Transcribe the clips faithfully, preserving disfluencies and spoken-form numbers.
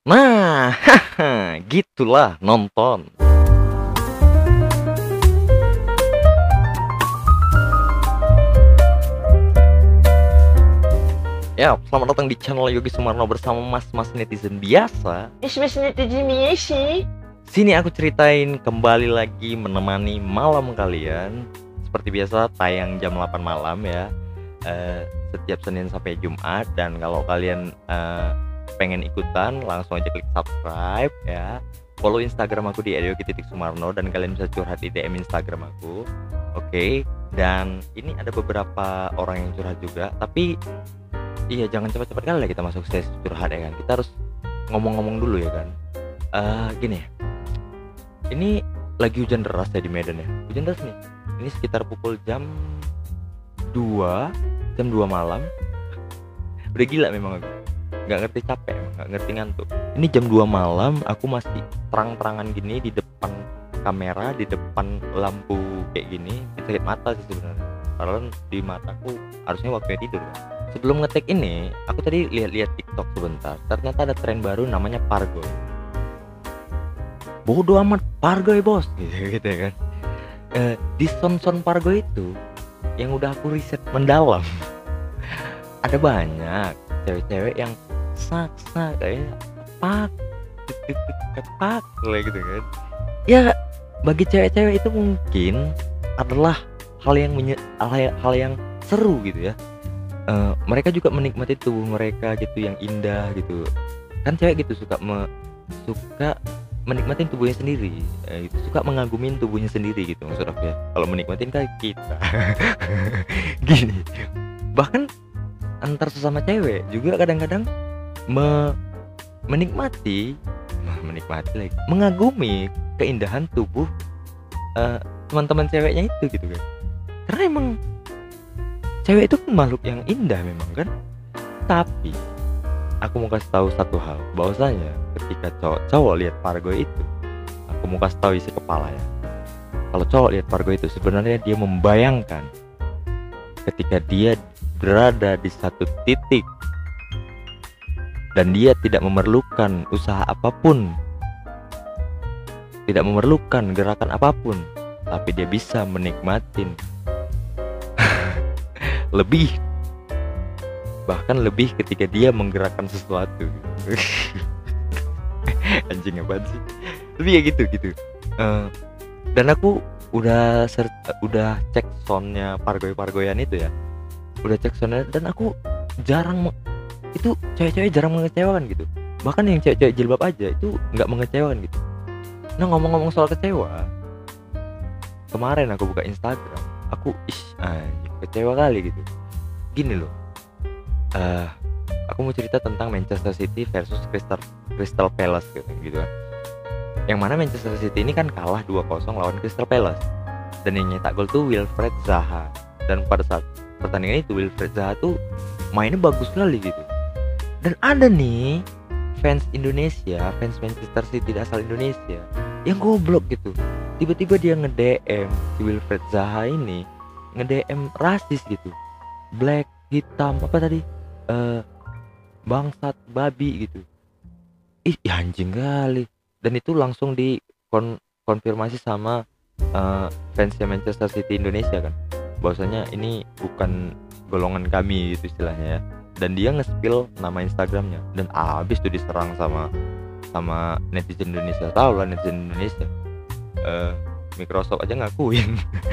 Nah, gitulah nonton. Ya, selamat datang di channel Yogi Sumarno bersama mas-mas netizen biasa. Mas-mas netizen biasa. Sini aku ceritain kembali lagi menemani malam kalian. Seperti biasa tayang jam delapan malam ya. Uh, setiap Senin sampai Jumat. Dan kalau kalian uh, pengen ikutan langsung aja klik subscribe ya. Follow Instagram aku di yogi titik sumarno dan kalian bisa curhat di D M Instagram aku. Oke, okay. Dan ini ada beberapa orang yang curhat juga, tapi iya, jangan cepat-cepat kali lah kita masuk sesi curhat ya kan. Kita harus ngomong-ngomong dulu ya kan. Uh, gini ya. Ini lagi hujan deras ya di Medan ya. Hujan deras nih. Ini sekitar pukul jam dua, jam dua malam. Udah gila memang aku. Gak ngerti capek, gak ngerti ngantuk. Ini jam dua malam aku masih terang-terangan gini di depan kamera, di depan lampu kayak gini. Sakit mata sih sebenarnya. Karena di mataku harusnya waktunya tidur kan. Sebelum ngetek ini, aku tadi lihat-lihat TikTok sebentar. Ternyata ada tren baru namanya Pargoy. Bodoh amat, Pargoy bos, gitu, gitu ya kan. E, di son-son Pargoy itu, yang udah aku riset mendalam, ada banyak cewek-cewek yang sak-sak kayak pak, pak, kayak gitu kan. Ya, bagi cewek-cewek itu mungkin adalah hal yang menye- hal yang seru gitu ya. Uh, mereka juga menikmati tubuh mereka gitu yang indah gitu kan. Cewek gitu suka me, suka menikmati tubuhnya sendiri, uh, gitu. Suka mengagumin tubuhnya sendiri gitu maksud aku ya. Kalau menikmatin kan kita gini, bahkan antar sesama cewek juga kadang-kadang me, menikmati menikmati lagi mengagumi keindahan tubuh uh, teman-teman ceweknya itu gitu kan. Karena emang cewek itu kan makhluk yang indah memang kan. Tapi aku mau kasih tahu satu hal, bahwasanya ketika cowok-cowok lihat Pargoy itu, aku mau kasih tahu isi kepala ya. Kalau cowok lihat Pargoy itu sebenarnya dia membayangkan ketika dia berada di satu titik dan dia tidak memerlukan usaha apapun, tidak memerlukan gerakan apapun, tapi dia bisa menikmatin lebih, bahkan lebih ketika dia menggerakkan sesuatu. Anjing apaan sih, lebih kayak gitu gitu. Uh, dan aku udah search, udah cek soundnya Pargoy-Pargoyan itu ya, udah cek soundnya dan aku jarang itu cewek-cewek jarang mengecewakan gitu. Bahkan yang cewek-cewek jilbab aja itu nggak mengecewakan gitu. Nah, ngomong-ngomong soal kecewa, kemarin aku buka Instagram, aku ish anjing kecewa kali gitu. Gini loh, uh, aku mau cerita tentang Manchester City versus Crystal Crystal Palace gitu, gitu kan. Yang mana Manchester City ini kan kalah dua kosong lawan Crystal Palace, dan yang nyetak gol tuh Wilfried Zaha. Dan pada saat pertandingan itu Wilfried Zaha tuh mainnya bagus sekali gitu. Dan ada nih fans Indonesia, fans Manchester City asal Indonesia yang goblok gitu. Tiba-tiba dia nge-D M si Wilfried Zaha ini, nge-D M rasis gitu. Black, hitam, apa tadi? Uh, bangsat, babi gitu. Ih, ya anjing kali. Dan itu langsung dikonfirmasi sama uh, fansnya Manchester City Indonesia kan, bahwasanya ini bukan golongan kami gitu istilahnya ya. Dan dia nge-spill nama Instagramnya dan abis tuh diserang sama sama netizen Indonesia. Tahu lah netizen Indonesia, uh, Microsoft aja ngakuin.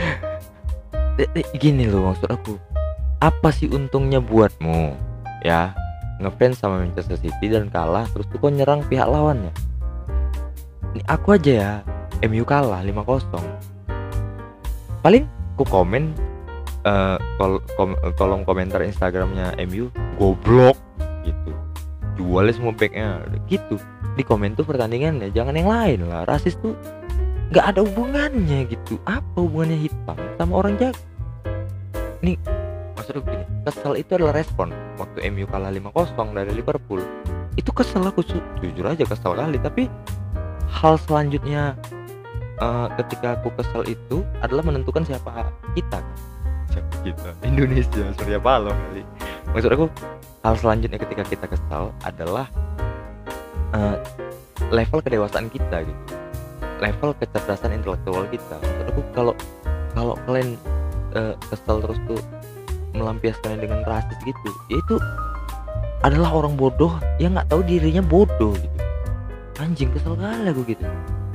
Gini loh maksud aku, apa sih untungnya buatmu ya ngefans sama Manchester City dan kalah terus tuh kok nyerang pihak lawannya. Ini aku aja ya, M U kalah lima kosong, paling ku komen uh, kol- kom- kolom komentar Instagramnya M U, goblok gitu, jualnya semua backnya gitu. Di komen tuh pertandingannya, jangan yang lain lah. Rasis tuh nggak ada hubungannya gitu. Apa hubungannya hitam sama orang jago? Nih maksudku gini, kesel itu adalah respon. Waktu M U kalah lima kosong dari Liverpool, itu kesel aku, jujur aja kesel kali. Tapi hal selanjutnya uh, ketika aku kesel itu adalah menentukan siapa kita. Siapa kita? Indonesia, Surya Paloh kali. Maksud aku, hal selanjutnya ketika kita kesal adalah uh, level kedewasaan kita gitu, level kecerdasan intelektual kita. Menurut aku kalau kalau kalian uh, kesel terus tuh melampiaskannya dengan rasis gitu, ya itu adalah orang bodoh yang nggak tahu dirinya bodoh gitu. Anjing, kesel kali aku gitu.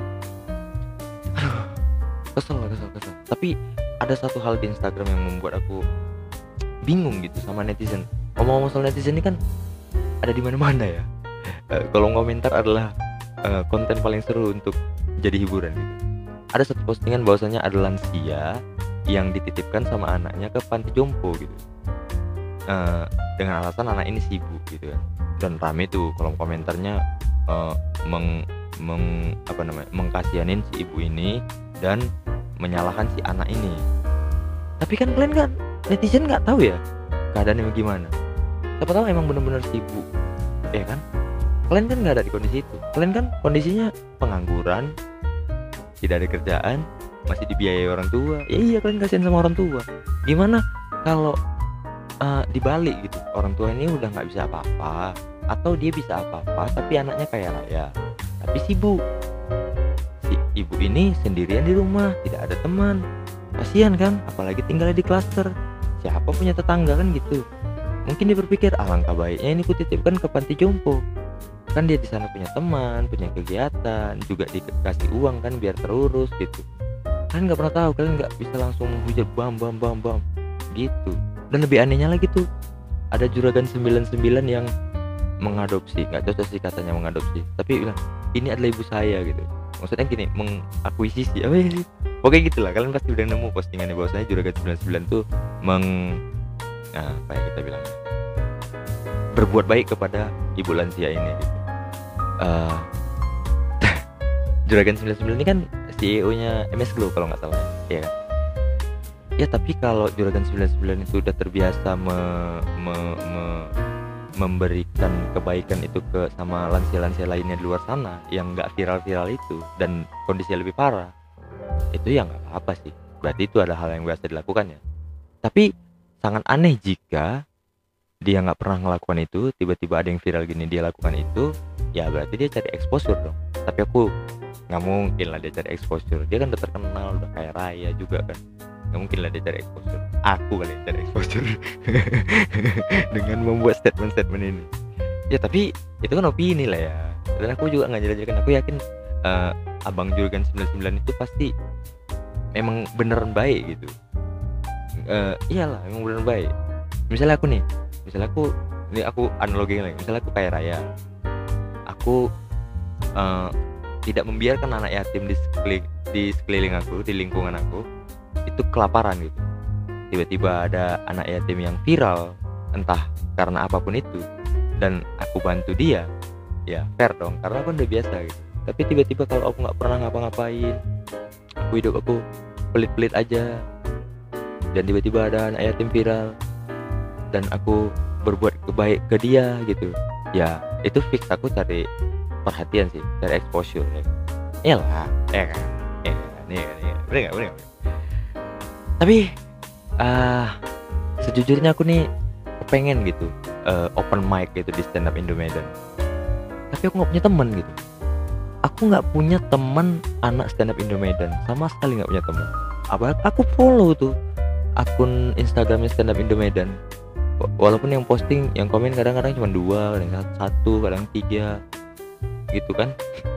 Aduh, kesel kesel kesel. Tapi ada satu hal di Instagram yang membuat aku bingung gitu sama netizen. Ngomong-ngomong soal netizen ini kan ada di mana-mana ya. Uh, kolom komentar adalah uh, konten paling seru untuk jadi hiburan gitu. Ada satu postingan bahwasanya ada lansia yang dititipkan sama anaknya ke panti jompo gitu, uh, dengan alasan anak ini sibuk gitu kan. Dan rame tuh kolom komentarnya uh, meng, meng apa namanya mengkasihanin si ibu ini dan menyalahkan si anak ini. Tapi kan kalian kan netizen nggak tahu ya keadaannya gimana. Siapa tahu emang benar-benar sibuk, ya kan? Kalian kan nggak ada di kondisi itu. Kalian kan kondisinya pengangguran, tidak ada kerjaan, masih dibiayai orang tua. Ya iya, kalian kasihan sama orang tua. Gimana kalau uh, dibalik gitu, orang tua ini udah nggak bisa apa-apa, atau dia bisa apa-apa tapi anaknya kaya raya tapi sibuk. Si ibu ini sendirian di rumah, tidak ada teman. Kasihan kan, apalagi tinggalnya di klaster. Siapa punya tetangga kan gitu. Mungkin dia berpikir alangkah baiknya ini kutitipkan ke panti jompo. Kan dia di sana punya teman, punya kegiatan, juga dikasih uang kan biar terurus gitu. Kalian nggak pernah tahu, kalian nggak bisa langsung menghujat bam bam bam bam gitu. Dan lebih anehnya lagi tuh, ada juragan sembilan puluh sembilan yang mengadopsi, nggak cocok sih katanya mengadopsi, tapi bilang ini adalah ibu saya gitu. Maksudnya gini, mengakuisisi apa ya sih? Pokoknya gitulah, kalian pasti udah nemu postingannya bahwasanya juragan sembilan puluh sembilan tuh meng nah, apa ya kita bilang, berbuat baik kepada ibu lansia ini gitu. Uh, Juragan sembilan puluh sembilan ini kan C E O-nya M S Glow kalau nggak salah ya. Ya tapi kalau Juragan sembilan puluh sembilan itu udah terbiasa me, me, me, memberikan kebaikan itu ke sama lansia-lansia lainnya di luar sana yang nggak viral-viral itu dan kondisinya lebih parah, itu ya nggak apa-apa sih. Berarti itu ada hal yang biasa dilakukan ya. Tapi sangat aneh jika dia nggak pernah ngelakukan itu, tiba-tiba ada yang viral gini dia lakukan itu, ya berarti dia cari exposure dong. Tapi aku nggak mungkin lah dia cari exposure, dia kan udah terkenal, udah kaya raya juga kan, nggak mungkin lah dia cari exposure. Aku kali yang cari exposure dengan membuat statement-statement ini. Ya tapi itu kan opini lah ya, dan aku juga nggak jelas-jelaskan. Aku yakin uh, abang Juragan sembilan puluh sembilan itu pasti memang beneran baik gitu. Uh, iyalah memang beneran baik. Misalnya aku nih, misalnya aku ini aku analogi lagi, misalnya aku kaya raya, aku uh, tidak membiarkan anak yatim di sekeliling, di sekeliling aku, di lingkungan aku itu kelaparan gitu. Tiba-tiba ada anak yatim yang viral entah karena apapun itu dan aku bantu dia, ya fair dong karena aku udah biasa gitu. Tapi tiba-tiba kalau aku nggak pernah ngapa-ngapain, aku hidup aku pelit-pelit aja, dan tiba-tiba ada anak yatim viral dan aku berbuat kebaik ke dia gitu, ya itu fix aku cari perhatian sih, cari exposure ya. Iyalah, ya kan, ya kan, ya kan, ya kan. Bener nggak, bener nggak? Tapi uh, sejujurnya aku nih pengen gitu uh, open mic gitu di stand up Indo Medan. Tapi aku nggak punya teman gitu. Aku nggak punya teman anak stand up Indo Medan, sama sekali nggak punya teman. Apa aku follow tuh akun Instagramnya stand up Indo Medan. Walaupun yang posting, yang komen kadang-kadang cuma dua, kadang satu, kadang tiga, gitu kan.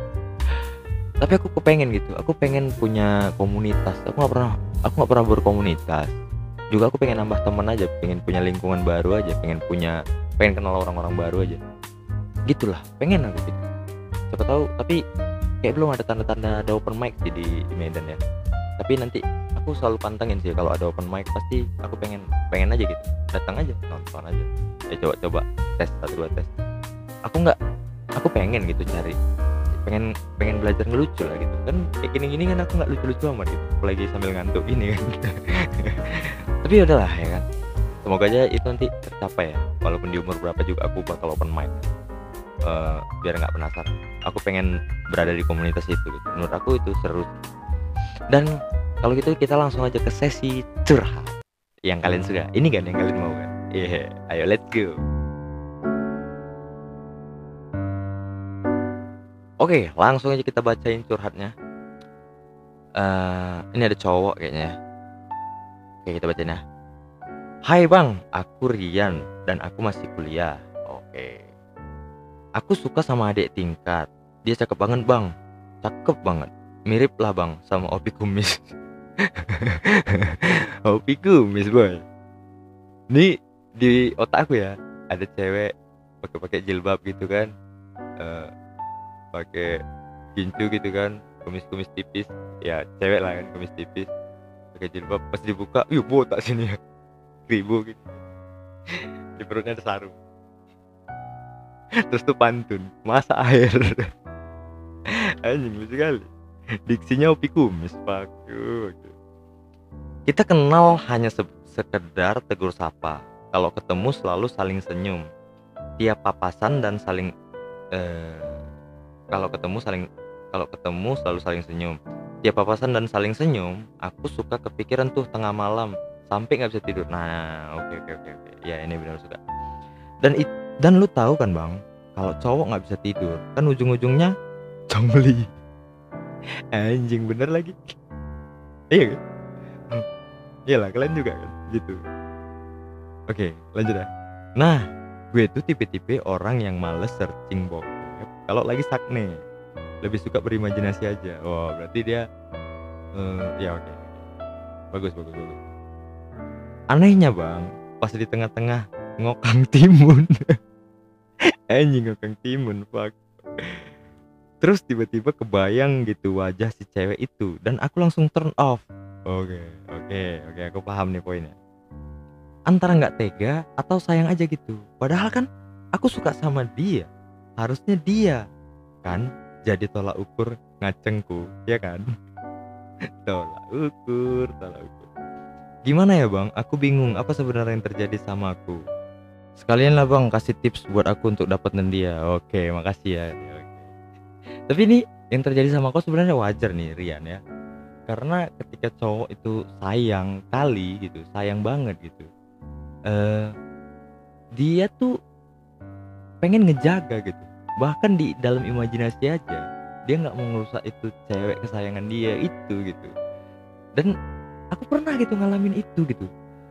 Tapi aku kepengen gitu, aku pengen punya komunitas. Aku nggak pernah, aku nggak pernah berkomunitas. Juga aku pengen nambah teman aja, pengen punya lingkungan baru aja, pengen punya, pengen kenal orang-orang baru aja. Gitulah, pengen aku gitu. Siapa tahu, tapi kayak belum ada tanda-tanda ada open mic sih di, di Medan ya. Tapi nanti aku selalu pantengin sih kalau ada open mic, pasti aku pengen pengen aja gitu, datang aja, nonton aja, ya coba-coba tes satu dua tes. Aku nggak, aku pengen gitu cari, pengen pengen belajar ngelucu lah gitu kan. Kayak gini-gini kan aku nggak lucu-lucu amat gitu, apalagi sambil ngantuk gini kan. Tapi udahlah ya kan, semoga aja itu nanti tercapai ya, walaupun di umur berapa juga aku bakal open mic. Uh, biar nggak penasaran, aku pengen berada di komunitas itu gitu. Menurut aku itu seru. Dan kalau gitu kita langsung aja ke sesi curhat yang kalian suka. Ini kan yang kalian mau kan? Iya, yeah. Ayo let's go. Oke, langsung aja kita bacain curhatnya. Eh, ini ada cowok kayaknya ya. Oke, kita bacain ya. Hai bang, aku Rian dan aku masih kuliah. Oke. Aku suka sama adik tingkat. Dia cakep banget bang. Cakep banget. Mirip lah bang sama Opi Kumis. Opi Kumis boy. Nih di otak aku ya, ada cewek pakai pakai jilbab gitu kan. Eh, pakai gincu gitu kan, kumis-kumis tipis. Ya, cewek lah kan, kumis tipis. Pakai jilbab, pas dibuka, yuk botak sini ya. Ribu gitu. Di perutnya ada sarung. Terus tuh pantun, masa air. Anjing lucu sekali. Diksinya Opi Kumis, fuck you. Kita kenal hanya se- sekedar tegur sapa. Kalau ketemu selalu saling senyum. Tiap papasan dan saling eh, kalau ketemu saling kalau ketemu selalu saling senyum. Tiap papasan dan saling senyum, aku suka kepikiran tuh tengah malam sampai nggak bisa tidur. Nah, oke oke oke oke. Ya ini benar suka. Dan it, dan lu tahu kan bang, kalau cowok nggak bisa tidur, kan ujung-ujungnya jongli. Anjing bener lagi. Iya kan? Iyalah kalian juga kan gitu. Oke lanjut ya. Nah gue tuh tipe-tipe orang yang males searching bokep kalau lagi sakne, lebih suka berimajinasi aja. Oh berarti dia uh, ya oke bagus bagus bagus. Anehnya bang, pas di tengah-tengah ngokang timun. Anjing ngokang timun fuck. Terus tiba-tiba kebayang gitu wajah si cewek itu dan aku langsung turn off. Oke, oke, oke, aku paham nih poinnya. Antara nggak tega atau sayang aja gitu. Padahal kan aku suka sama dia. Harusnya dia kan jadi tolak ukur ngacengku, ya kan? Tolak ukur, tolak ukur. Gimana ya bang? Aku bingung apa sebenarnya yang terjadi sama aku. Sekalian lah bang kasih tips buat aku untuk dapetin dia. Oke, makasih ya. Oke. Tapi ini yang terjadi sama aku sebenarnya wajar nih Rian ya. Karena ketika cowok itu sayang kali gitu, sayang banget gitu. Eh dia tuh pengen ngejaga gitu. Bahkan di dalam imajinasi aja dia nggak mau ngerusak itu cewek kesayangan dia itu gitu. Dan aku pernah gitu ngalamin itu gitu.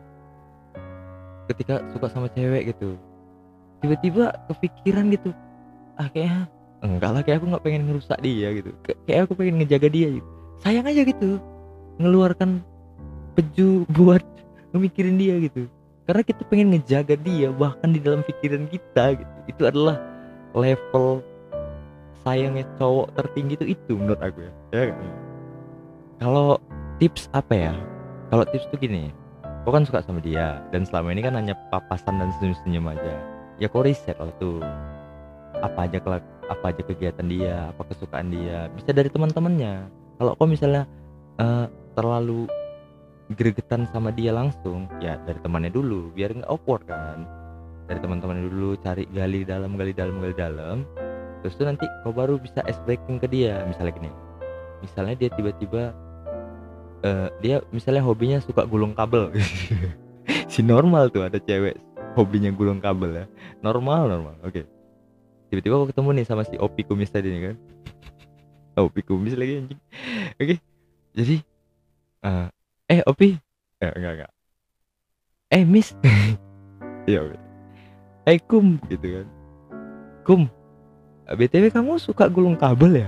Ketika suka sama cewek gitu, tiba-tiba kepikiran gitu, ah kayaknya enggak lah, kayak aku nggak pengen ngerusak dia gitu. Kay- kayak aku pengen ngejaga dia gitu. Sayang aja gitu, ngeluarkan peju buat ngemikirin dia gitu. Karena kita pengen ngejaga dia bahkan di dalam pikiran kita gitu. Itu adalah level sayangnya cowok tertinggi itu itu menurut aku ya. Ya kan? Kalau tips apa ya? Kalau tips tuh gini, kau kan suka sama dia dan selama ini kan hanya papasan dan senyum-senyum aja. Ya kau riset lah tuh apa aja kelak apa aja kegiatan dia, apa kesukaan dia. Bisa dari teman-temannya. Kalau kau misalnya eh, terlalu gregetan sama dia langsung, ya dari temannya dulu biar nggak awkward kan. Dari teman-temannya dulu cari gali dalam gali dalam gali dalam. Terus tuh nanti kau baru bisa ice breaking ke dia. Misalnya gini, misalnya dia tiba-tiba eh, dia misalnya hobinya suka gulung kabel. Si normal tuh ada cewek hobinya gulung kabel ya, normal normal. Oke, tiba-tiba aku ketemu nih sama si Opi Kumis tadi nih kan. Oh, Opi Kumis lagi anjing. Oke, jadi eh eh Opi eh enggak enggak eh Miss. Iya Opi. Eh Kum gitu kan. Kum, B T W kamu suka gulung kabel ya?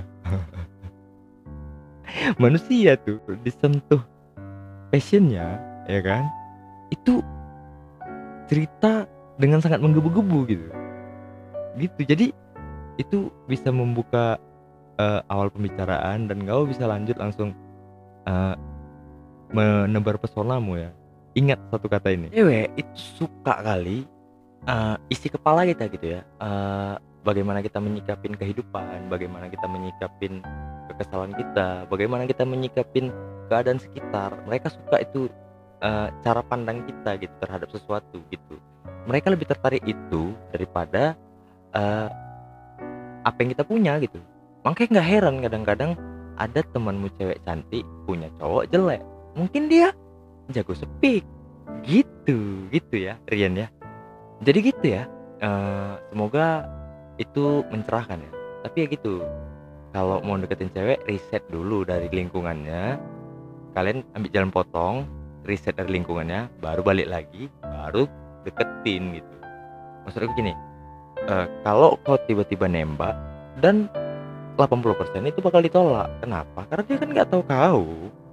Manusia tuh disentuh passionnya ya kan, itu cerita dengan sangat menggebu-gebu gitu gitu. Jadi itu bisa membuka eh, awal pembicaraan dan kau bisa lanjut langsung eh, menebar pesonamu ya. Ingat satu kata ini, cewek itu suka kali eh, isi kepala kita gitu ya. Eh, bagaimana kita menyikapin kehidupan, bagaimana kita menyikapin kekesalan kita, bagaimana kita menyikapin keadaan sekitar. Mereka suka itu eh, cara pandang kita gitu terhadap sesuatu gitu. Mereka lebih tertarik itu daripada eh, apa yang kita punya gitu. Makanya nggak heran kadang-kadang ada temanmu cewek cantik punya cowok jelek. Mungkin dia jago speak gitu gitu ya Rian ya. Jadi gitu ya. Eh, semoga itu mencerahkan ya. Tapi ya gitu. kalau mau deketin cewek riset dulu dari lingkungannya, kalian ambil jalan potong, riset dari lingkungannya, baru balik lagi, baru deketin gitu. Maksud aku gini, eh, kalau kau tiba-tiba nembak dan delapan puluh persen itu bakal ditolak. Kenapa? Karena dia kan nggak tahu kau.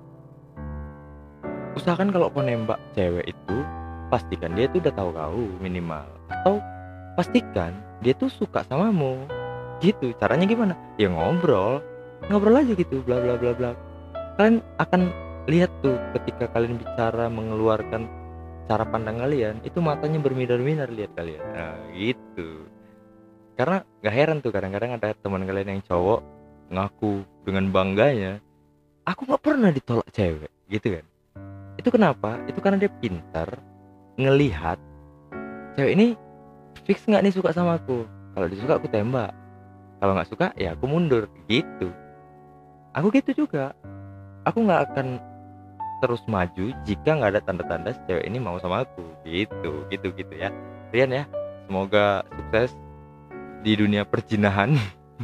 Usahakan kalau kau nembak cewek itu, pastikan dia tuh udah tahu kau minimal, atau pastikan dia tuh suka samamu. Gitu. Caranya gimana? Ya ngobrol, ngobrol aja gitu, bla bla bla bla. Kalian akan lihat tuh ketika kalian bicara mengeluarkan cara pandang kalian, itu matanya berminar-minar lihat kalian. Nah, gitu. Karena nggak heran tuh kadang-kadang ada teman kalian yang cowok ngaku dengan bangganya, aku nggak pernah ditolak cewek, gitu kan? Itu kenapa? Itu karena dia pintar ngelihat cewek ini fix nggak nih suka sama aku. Kalau dia suka aku tembak, kalau nggak suka ya aku mundur, gitu. Aku gitu juga. Aku nggak akan terus maju jika nggak ada tanda-tanda cewek ini mau sama aku, gitu, gitu, gitu ya. Rian ya, semoga sukses di dunia perjinahan.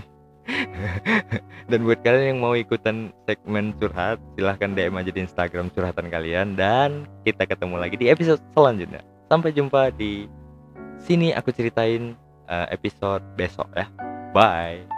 Dan buat kalian yang mau ikutan segmen curhat, silahkan D M aja di Instagram curhatan kalian. Dan kita ketemu lagi di episode selanjutnya. Sampai jumpa di sini aku ceritain uh, episode besok ya. Bye.